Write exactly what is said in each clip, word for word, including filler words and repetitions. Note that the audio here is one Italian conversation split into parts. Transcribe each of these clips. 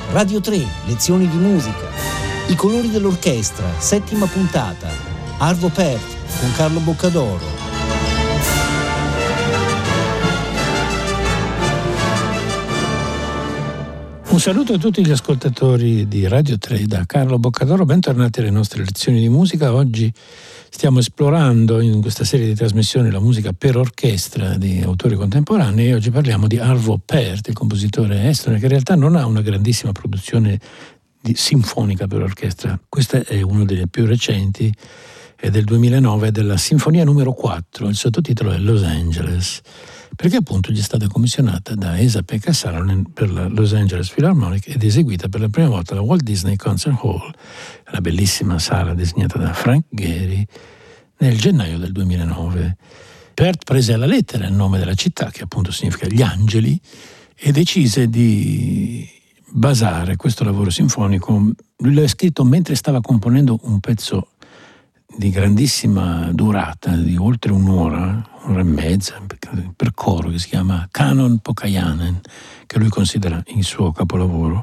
Radio tre, lezioni di musica. I colori dell'orchestra, settima puntata. Arvo Pärt con Carlo Boccadoro. Un saluto a tutti gli ascoltatori di Radio tre da Carlo Boccadoro, bentornati alle nostre lezioni di musica. Oggi stiamo esplorando in questa serie di trasmissioni la musica per orchestra di autori contemporanei e oggi parliamo di Arvo Pärt, il compositore estone che in realtà non ha una grandissima produzione di sinfonica per orchestra. Questo è uno dei più recenti, è del duemilanove, della Sinfonia numero quattro, il sottotitolo è Los Angeles, perché appunto gli è stata commissionata da Esa-Pekka Salonen per la Los Angeles Philharmonic ed eseguita per la prima volta alla Walt Disney Concert Hall, la bellissima sala disegnata da Frank Gehry, nel gennaio del duemilanove. Pärt prese alla lettera il nome della città, che appunto significa gli angeli, e decise di basare questo lavoro sinfonico. Lui l'ha scritto mentre stava componendo un pezzo di grandissima durata, di oltre un'ora, un'ora e mezza, per coro, che si chiama Canon Pokajanen, che lui considera il suo capolavoro.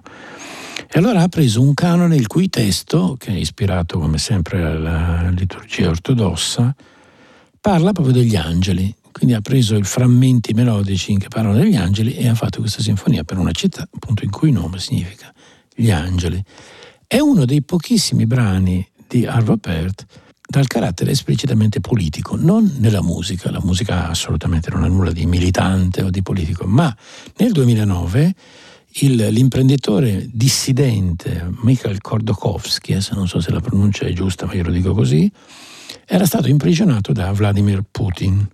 E allora ha preso un canone il cui testo, che è ispirato come sempre alla liturgia ortodossa, parla proprio degli angeli. Quindi ha preso i frammenti melodici che parlano degli angeli e ha fatto questa sinfonia per una città, appunto, in cui nome significa gli angeli. È uno dei pochissimi brani di Arvo Pärt dal carattere esplicitamente politico, non nella musica. La musica assolutamente non ha nulla di militante o di politico, ma nel duemilanove il, l'imprenditore dissidente Mikhail Khodorkovsky, se non so se la pronuncia è giusta ma io lo dico così, era stato imprigionato da Vladimir Putin,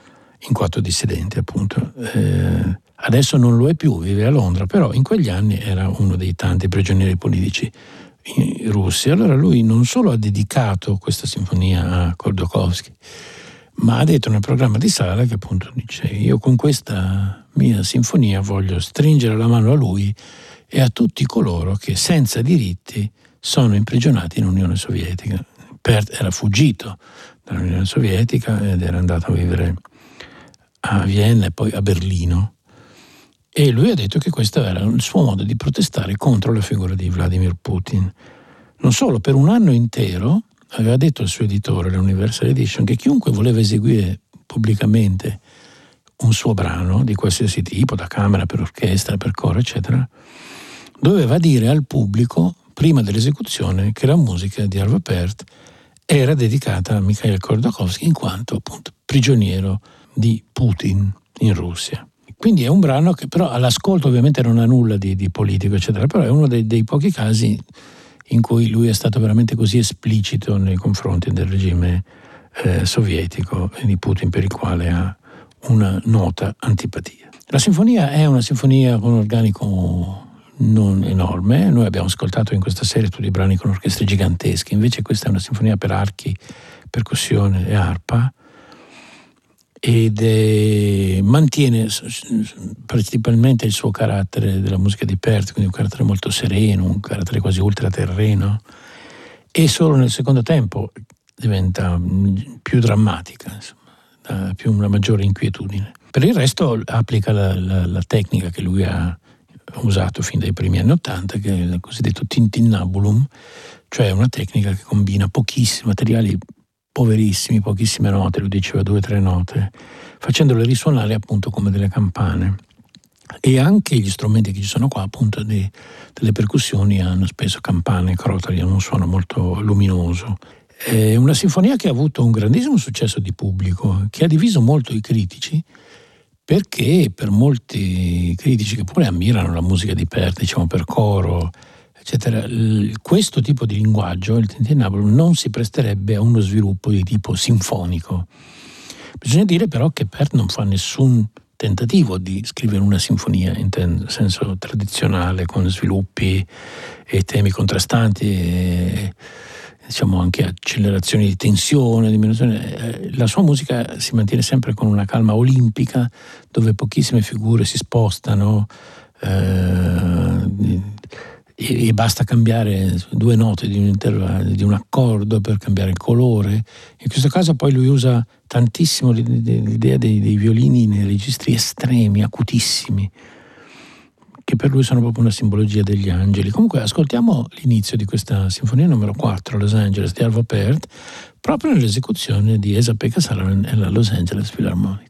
in quanto dissidente appunto. Eh, adesso non lo è più, vive a Londra, però in quegli anni era uno dei tanti prigionieri politici in Russia. Allora lui non solo ha dedicato questa sinfonia a Khodorkovsky, ma ha detto nel programma di sala che appunto dice: io con questa mia sinfonia voglio stringere la mano a lui e a tutti coloro che senza diritti sono imprigionati in Unione Sovietica. Pärt era fuggito dall'Unione Sovietica ed era andato a vivere a Vienna e poi a Berlino, e lui ha detto che questo era il suo modo di protestare contro la figura di Vladimir Putin. Non solo, per un anno intero aveva detto al suo editore, l'Universal Edition, che chiunque voleva eseguire pubblicamente un suo brano di qualsiasi tipo, da camera, per orchestra, per coro, eccetera, doveva dire al pubblico prima dell'esecuzione che la musica di Arvo Pärt era dedicata a Mikhail Khodorkovsky in quanto appunto prigioniero di Putin in Russia. Quindi è un brano che però all'ascolto ovviamente non ha nulla di, di politico, eccetera, però è uno dei, dei pochi casi in cui lui è stato veramente così esplicito nei confronti del regime eh, sovietico e di Putin, per il quale ha una nota antipatia. La sinfonia è una sinfonia con un organico non enorme. Noi abbiamo ascoltato in questa serie tutti i brani con orchestre gigantesche, invece questa è una sinfonia per archi, percussione e arpa, ed è, mantiene principalmente il suo carattere della musica di Pärt, quindi un carattere molto sereno, un carattere quasi ultraterreno, e solo nel secondo tempo diventa più drammatica, insomma, ha più una maggiore inquietudine. Per il resto applica la, la, la tecnica che lui ha usato fin dai primi anni Ottanta, che è il cosiddetto tintinnabulum, cioè una tecnica che combina pochissimi materiali poverissimi, pochissime note, lui diceva due o tre note, facendole risuonare appunto come delle campane. E anche gli strumenti che ci sono qua, appunto di, delle percussioni, hanno spesso campane, crotali, hanno un suono molto luminoso. È una sinfonia che ha avuto un grandissimo successo di pubblico, che ha diviso molto i critici, perché per molti critici che pure ammirano la musica di Pärt, diciamo per coro, eccetera, questo tipo di linguaggio, il tintinnabulum, non si presterebbe a uno sviluppo di tipo sinfonico. Bisogna dire però che Pärt non fa nessun tentativo di scrivere una sinfonia in ten- senso tradizionale, con sviluppi e temi contrastanti e, diciamo, anche accelerazioni di tensione, diminuzione. La sua musica si mantiene sempre con una calma olimpica, dove pochissime figure si spostano, eh, e, e basta cambiare due note di un intervallo, di un accordo per cambiare il colore. In questo caso poi lui usa tantissimo l'idea dei, dei violini nei registri estremi, acutissimi, che per lui sono proprio una simbologia degli angeli. Comunque ascoltiamo l'inizio di questa sinfonia numero quattro, Los Angeles di Arvo Pärt, proprio nell'esecuzione di Esa-Pekka Salonen e la Los Angeles Philharmonic.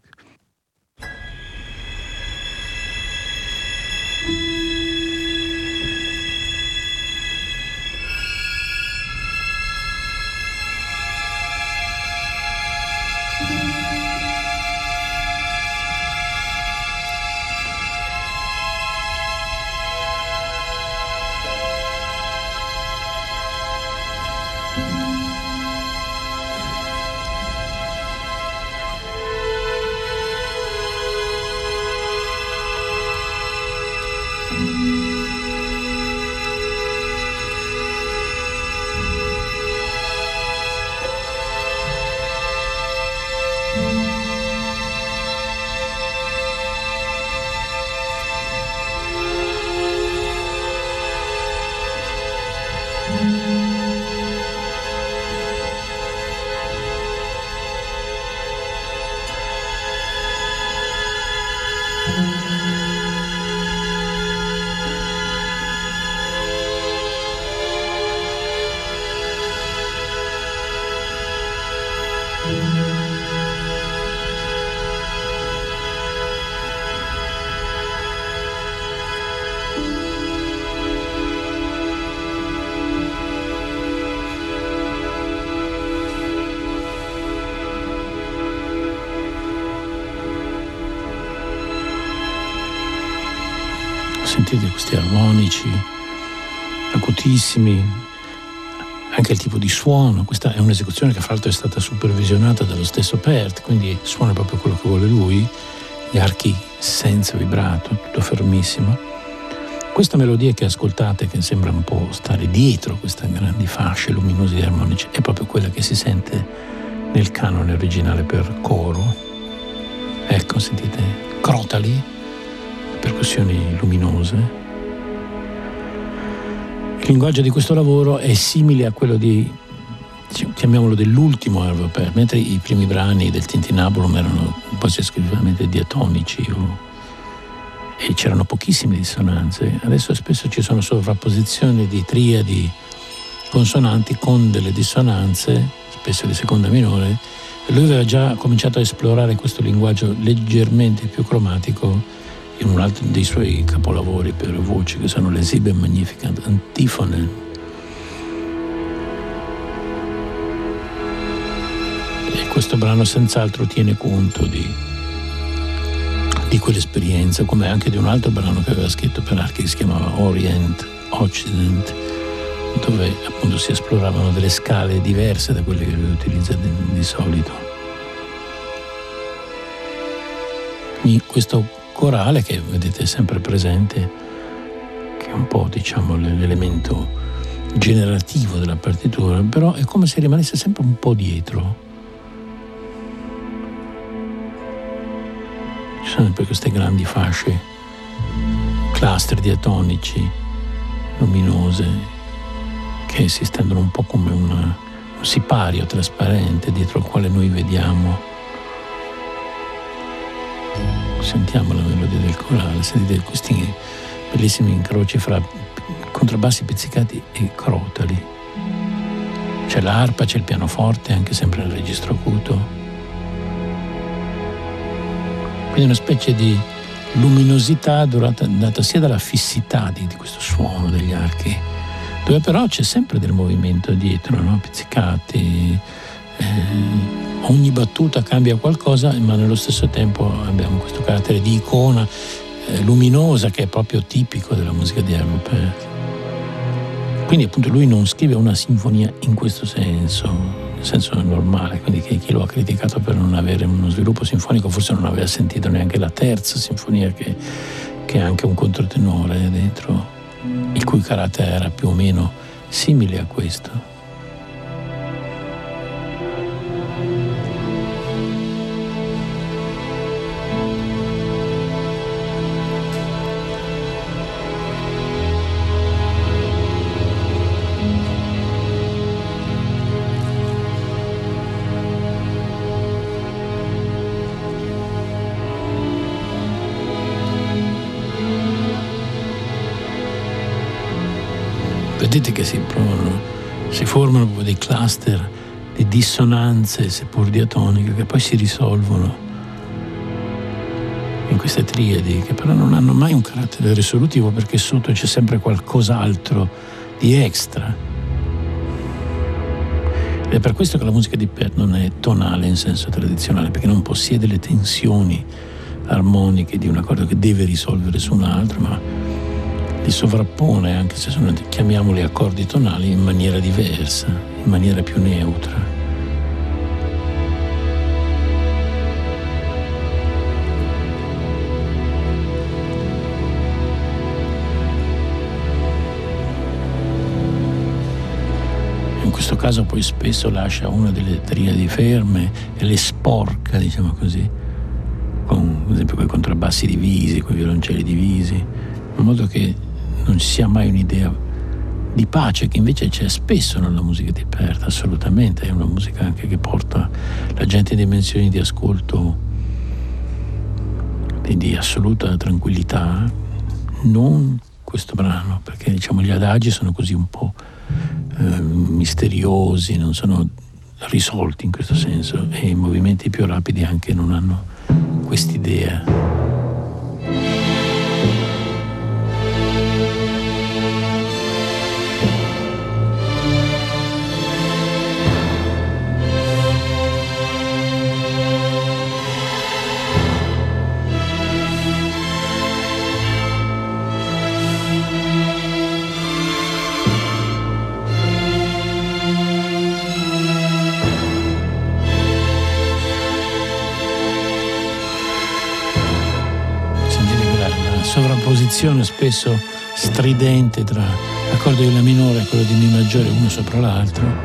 Sentite questi armonici acutissimi, anche il tipo di suono. Questa è un'esecuzione che fra l'altro è stata supervisionata dallo stesso Pärt, quindi suona proprio quello che vuole lui, gli archi senza vibrato, tutto fermissimo. Questa melodia che ascoltate, che sembra un po' stare dietro queste grandi fasce luminose di armonici, è proprio quella che si sente nel canone originale per coro. Ecco, sentite crotali, percussioni luminose. Il linguaggio di questo lavoro è simile a quello di, chiamiamolo, dell'ultimo Arvo Pärt, mentre i primi brani del Tintinnabulum erano quasi esclusivamente diatonici o, e c'erano pochissime dissonanze. Adesso spesso ci sono sovrapposizioni di triadi consonanti con delle dissonanze, spesso di seconda minore. Lui aveva già cominciato a esplorare questo linguaggio leggermente più cromatico in un altro dei suoi capolavori per voce, che sono le Sieben Magnificat Antiphone. E questo brano senz'altro tiene conto di, di quell'esperienza, come anche di un altro brano che aveva scritto per archi che si chiamava Orient, Occident, dove appunto si esploravano delle scale diverse da quelle che lui utilizza di, di solito. Quindi questo corale che vedete sempre presente, che è un po', diciamo, l'elemento generativo della partitura, però è come se rimanesse sempre un po' dietro. Ci sono sempre queste grandi fasce, cluster diatonici, luminose, che si stendono un po' come una, un sipario trasparente dietro il quale noi vediamo. Sentiamo la melodia del corale, sentite questi bellissimi incroci fra contrabbassi pizzicati e crotali. C'è l'arpa, c'è il pianoforte, anche sempre nel registro acuto. Quindi una specie di luminosità durata, data sia dalla fissità di, di questo suono degli archi, dove però c'è sempre del movimento dietro, no? Pizzicati, eh, ogni battuta cambia qualcosa, ma nello stesso tempo abbiamo questo carattere di icona eh, luminosa che è proprio tipico della musica di Arvo Pärt. Quindi appunto lui non scrive una sinfonia in questo senso, nel senso normale, quindi che chi lo ha criticato per non avere uno sviluppo sinfonico forse non aveva sentito neanche la terza sinfonia, che, che è anche un controtenore dentro, il cui carattere era più o meno simile a questo. vedete che si, provano, si formano proprio dei cluster di dissonanze seppur diatoniche che poi si risolvono in queste triadi, che però non hanno mai un carattere risolutivo perché sotto c'è sempre qualcos'altro di extra. Ed è per questo che la musica di Pärt non è tonale in senso tradizionale, perché non possiede le tensioni armoniche di un accordo che deve risolvere su un altro, ma li sovrappone, anche se sono, chiamiamoli accordi tonali, in maniera diversa, in maniera più neutra. In questo caso poi spesso lascia una delle triadi ferme e le sporca, diciamo così, con ad esempio con i contrabbassi divisi, con i violoncelli divisi, in modo che non ci sia mai un'idea di pace che invece c'è spesso nella musica di Pärt. Assolutamente, è una musica anche che porta la gente in dimensioni di ascolto di, di assoluta tranquillità. Non questo brano, perché diciamo gli adagi sono così un po' eh, misteriosi, non sono risolti in questo senso, e i movimenti più rapidi anche non hanno quest'idea. Sovrapposizione spesso stridente tra l'accordo di La minore e quello di Mi maggiore uno sopra l'altro.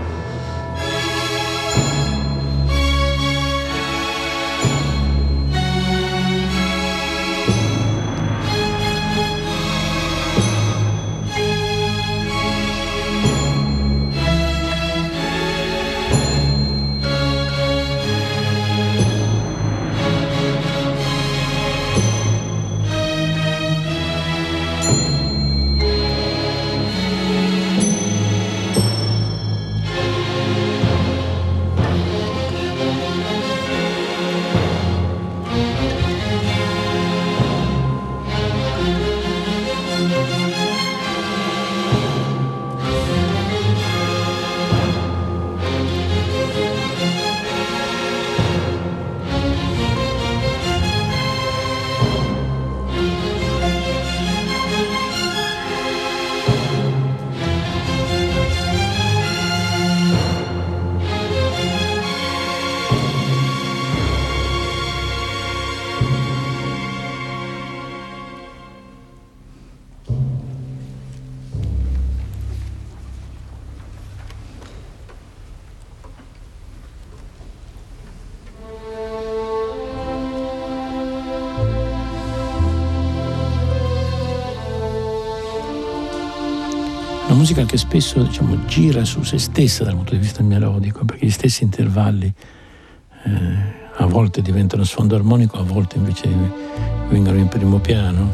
Una musica che spesso, diciamo, gira su se stessa dal punto di vista melodico, perché gli stessi intervalli eh, a volte diventano sfondo armonico, a volte invece vengono in primo piano.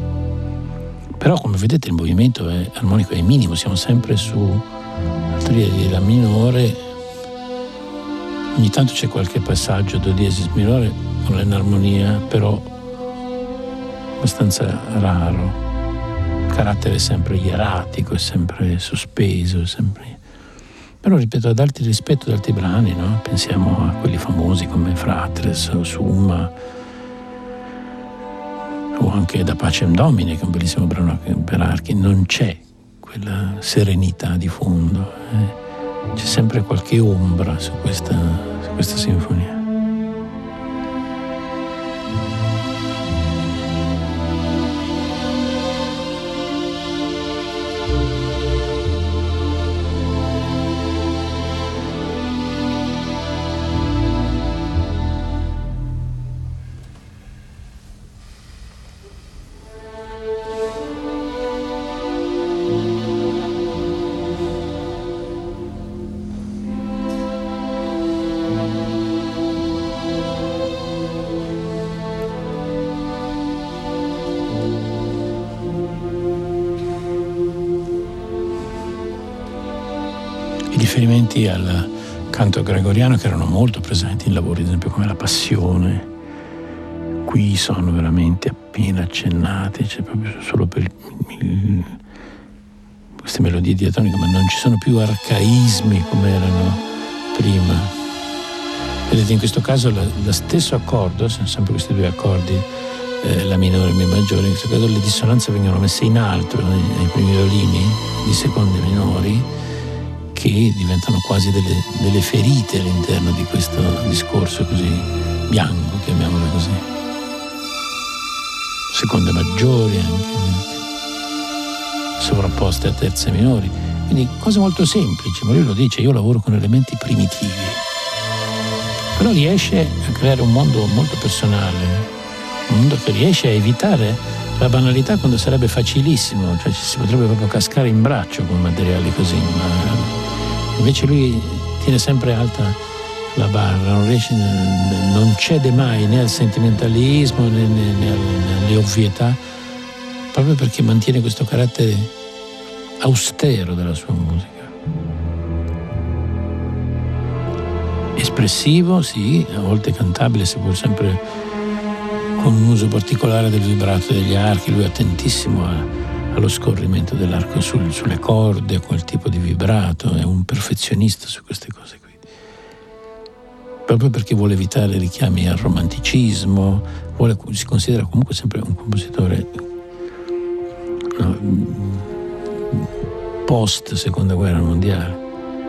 Però, come vedete, il movimento è armonico, è minimo, siamo sempre su triadi di La minore. Ogni tanto c'è qualche passaggio do diesis minore con l'enarmonia, però abbastanza raro. Il carattere è sempre ieratico, è sempre sospeso, è sempre... Però, ripeto, ad altri rispetto ad altri brani, no? Pensiamo a quelli famosi come Fratres o Summa, o anche Da Pacem Domine, che è un bellissimo brano per archi. Non c'è quella serenità di fondo, eh? C'è sempre qualche ombra su questa, su questa sinfonia. riferimenti al canto gregoriano che erano molto presenti in lavori, ad esempio come La Passione. Qui sono veramente appena accennati, cioè proprio solo per il, il, queste melodie diatoniche, ma non ci sono più arcaismi come erano prima. Vedete, in questo caso lo, lo stesso accordo, sono sempre questi due accordi, eh, la minore e mi maggiore, in questo caso le dissonanze vengono messe in alto nei, nei primi violini di seconde minori, che diventano quasi delle, delle ferite all'interno di questo discorso così bianco, chiamiamolo così. Seconde maggiori anche, sovrapposte a terze minori. Quindi cose molto semplici, ma lui lo dice, io lavoro con elementi primitivi. Però riesce a creare un mondo molto personale, un mondo che riesce a evitare la banalità quando sarebbe facilissimo, cioè ci si potrebbe proprio cascare in braccio con materiali così, ma invece lui tiene sempre alta la barra, non, riesce, non cede mai né al sentimentalismo né, né, né alle ovvietà, proprio perché mantiene questo carattere austero della sua musica. Espressivo, sì, a volte cantabile, seppur sempre con un uso particolare del vibrato degli archi. Lui è attentissimo a, allo scorrimento dell'arco sul, sulle corde, a quel tipo di vibrato, è un perfezionista su queste cose qui. Proprio perché vuole evitare richiami al romanticismo, vuole, si considera comunque sempre un compositore no, post seconda guerra mondiale.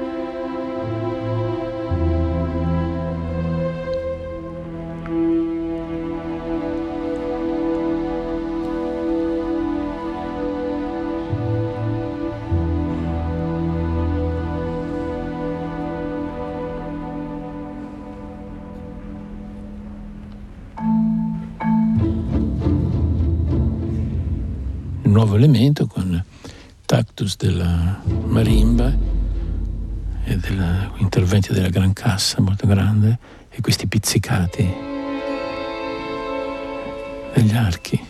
Nuovo elemento con tactus della marimba e degli interventi della gran cassa molto grande e questi pizzicati degli archi.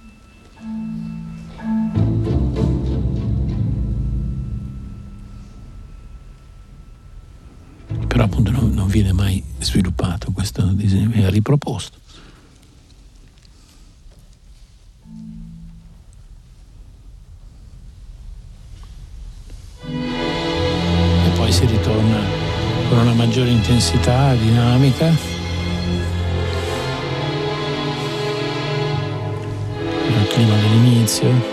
Però appunto non, non viene mai sviluppato questo disegno, viene riproposto. Si ritorna con una maggiore intensità dinamica, il clima dell'inizio.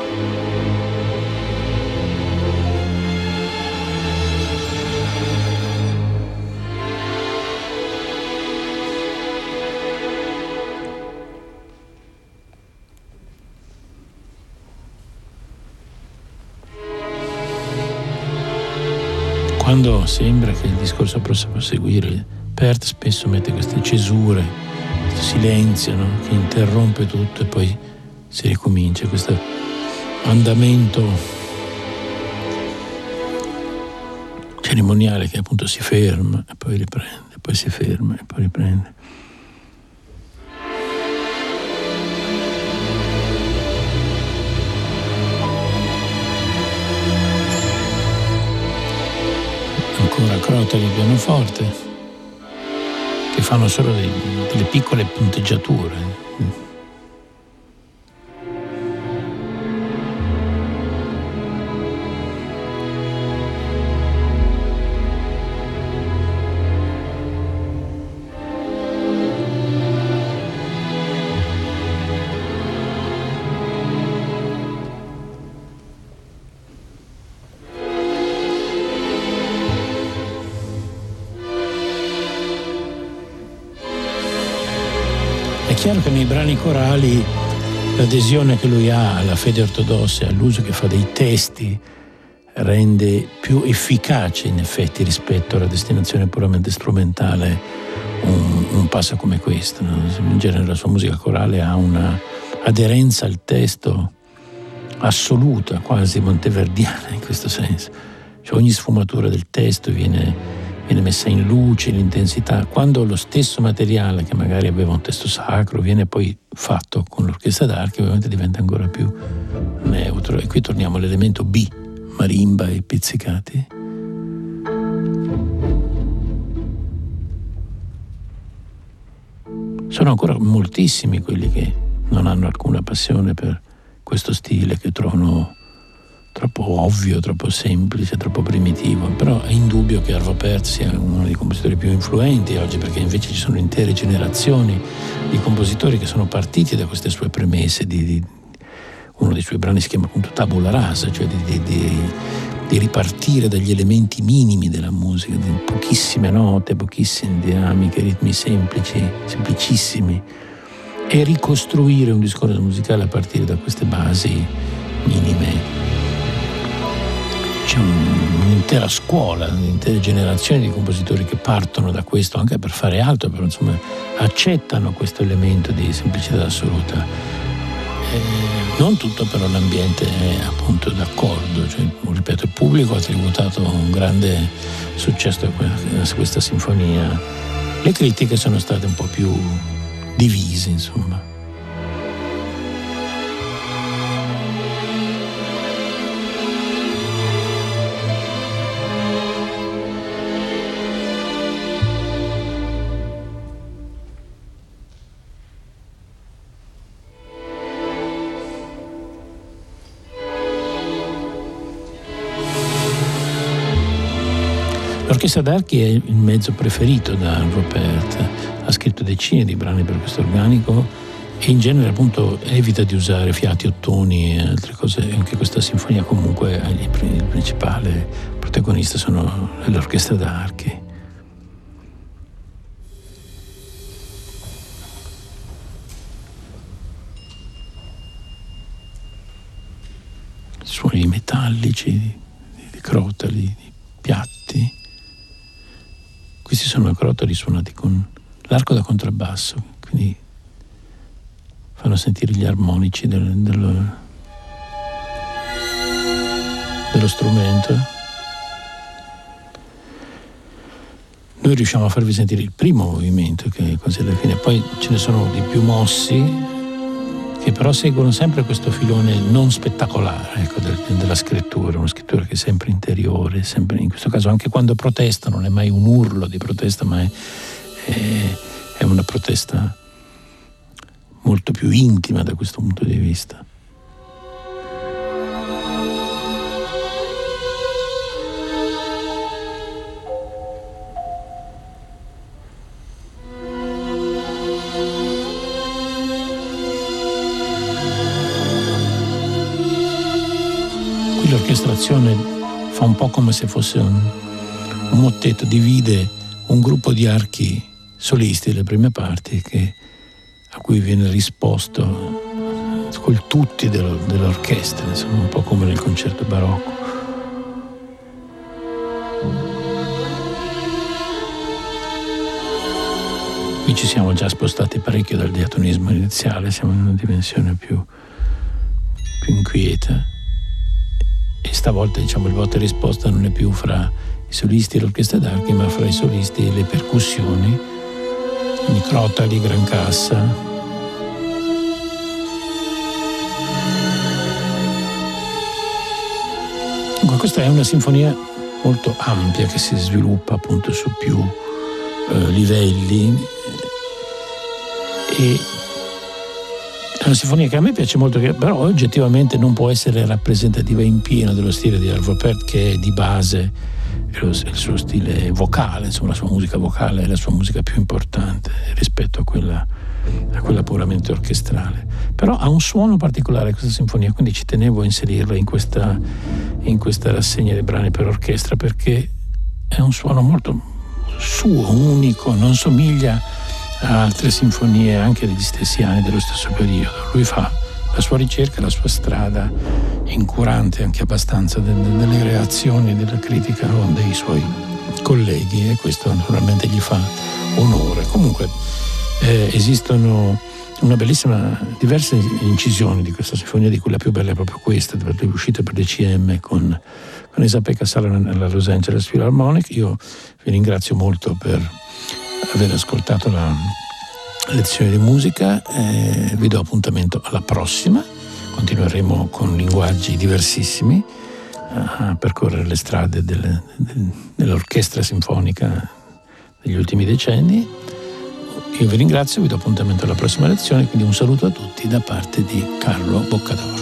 Quando sembra che il discorso possa proseguire, Pärt spesso mette queste cesure, questo silenzio, no? Che interrompe tutto e poi si ricomincia, questo andamento cerimoniale che appunto si ferma e poi riprende, poi si ferma e poi riprende. Ancora crotali pianoforte che fanno solo dei, delle piccole punteggiature. È chiaro che nei brani corali l'adesione che lui ha alla fede ortodossa e all'uso che fa dei testi rende più efficace in effetti rispetto alla destinazione puramente strumentale un, un passo come questo, no? In genere la sua musica corale ha una aderenza al testo assoluta, quasi monteverdiana in questo senso, cioè ogni sfumatura del testo viene viene messa in luce, l'intensità, quando lo stesso materiale che magari aveva un testo sacro viene poi fatto con l'orchestra d'archi, ovviamente diventa ancora più neutro. E qui torniamo all'elemento B, marimba e pizzicati. sono ancora moltissimi quelli che non hanno alcuna passione per questo stile, che trovano troppo ovvio, troppo semplice, troppo primitivo. Però è indubbio che Arvo Pärt sia uno dei compositori più influenti oggi, perché invece ci sono intere generazioni di compositori che sono partiti da queste sue premesse. Di, di, uno dei suoi brani si chiama appunto Tabula Rasa, cioè di, di, di, di ripartire dagli elementi minimi della musica, di pochissime note, pochissime dinamiche, ritmi semplici, semplicissimi, e ricostruire un discorso musicale a partire da queste basi minime. C'è un, un'intera scuola, un'intera generazione di compositori che partono da questo anche per fare altro, però insomma accettano questo elemento di semplicità assoluta. Eh, non tutto però l'ambiente è appunto d'accordo, cioè, ripeto, il pubblico ha tributato un grande successo a questa sinfonia. Le critiche sono state un po' più divise, insomma. L'Orchestra d'Archi è il mezzo preferito da Arvo Pärt, ha scritto decine di brani per questo organico e in genere appunto evita di usare fiati, ottoni e altre cose. Anche questa sinfonia comunque il principale protagonista sono l'Orchestra d'Archi. Suoni metallici, di, di crotali, di piatti. Questi sono crotali suonati con l'arco da contrabbasso, quindi fanno sentire gli armonici del, dello, dello strumento. Noi riusciamo a farvi sentire il primo movimento, che è quasi alla fine, poi ce ne sono di più mossi, che però seguono sempre questo filone non spettacolare, ecco, del, della scrittura, una scrittura che è sempre interiore, sempre, in questo caso anche quando protesta non è mai un urlo di protesta, ma è, è, è una protesta molto più intima da questo punto di vista. L'orchestrazione fa un po' come se fosse un, un mottetto, divide un gruppo di archi solisti delle prime parti che, a cui viene risposto col tutti dello, dell'orchestra, insomma, un po' come nel concerto barocco. Qui ci siamo già spostati parecchio dal diatonismo iniziale, siamo in una dimensione più, più inquieta. E stavolta, diciamo, il voto e risposta non è più fra i solisti e l'orchestra d'archi, ma fra i solisti e le percussioni, quindi crotali, gran cassa. Dunque, questa è una sinfonia molto ampia che si sviluppa appunto su più eh, livelli e è una sinfonia che a me piace molto, che però oggettivamente non può essere rappresentativa in pieno dello stile di Arvo Pärt, che è di base il suo stile vocale, insomma la sua musica vocale è la sua musica più importante rispetto a quella, a quella puramente orchestrale. Però ha un suono particolare questa sinfonia, quindi ci tenevo a inserirla in questa, in questa rassegna dei brani per orchestra, perché è un suono molto suo, unico, non somiglia a altre sinfonie anche degli stessi anni, dello stesso periodo. Lui fa la sua ricerca, la sua strada, incurante anche abbastanza de- de- delle reazioni, della critica dei suoi colleghi, e questo naturalmente gli fa onore. Comunque eh, esistono una bellissima, diverse incisioni di questa sinfonia, di cui la più bella è proprio questa, uscita per l'E C M con, con Esa-Pekka Salonen alla Los Angeles Philharmonic. Io vi ringrazio molto per aver ascoltato la lezione di musica, eh, vi do appuntamento alla prossima. Continueremo con linguaggi diversissimi a percorrere le strade delle, dell'orchestra sinfonica degli ultimi decenni. io vi ringrazio, vi do appuntamento alla prossima lezione, quindi un saluto a tutti da parte di Carlo Boccadoro.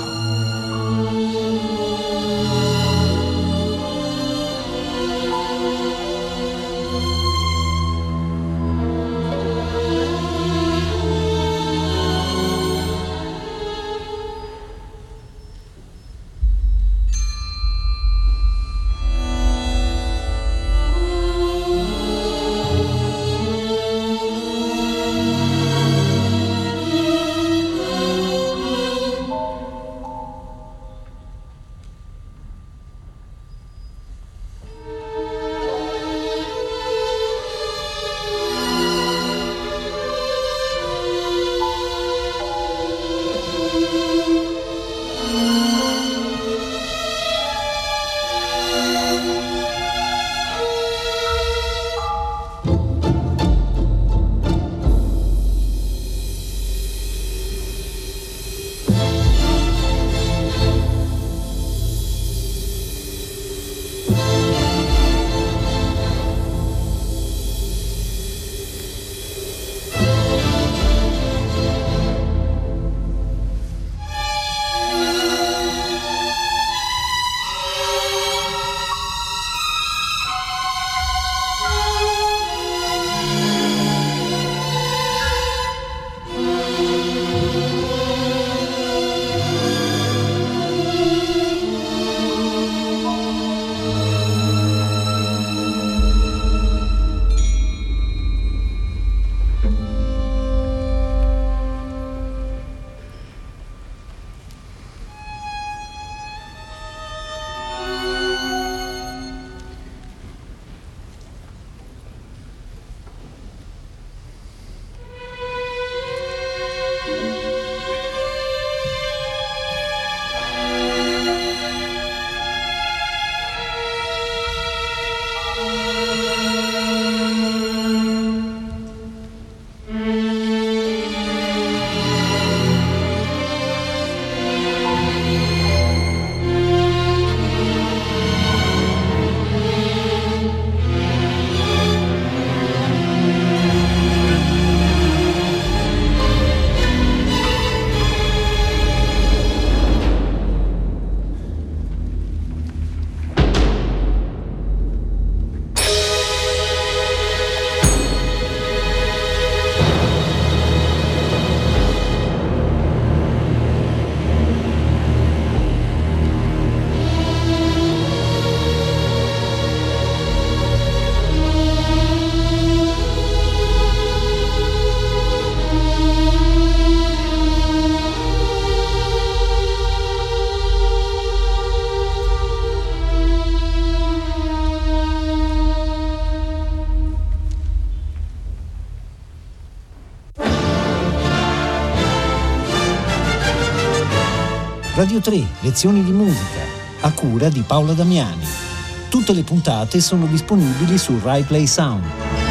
Radio tre, lezioni di musica, a cura di Paola Damiani. Tutte le puntate sono disponibili su Rai Play Sound.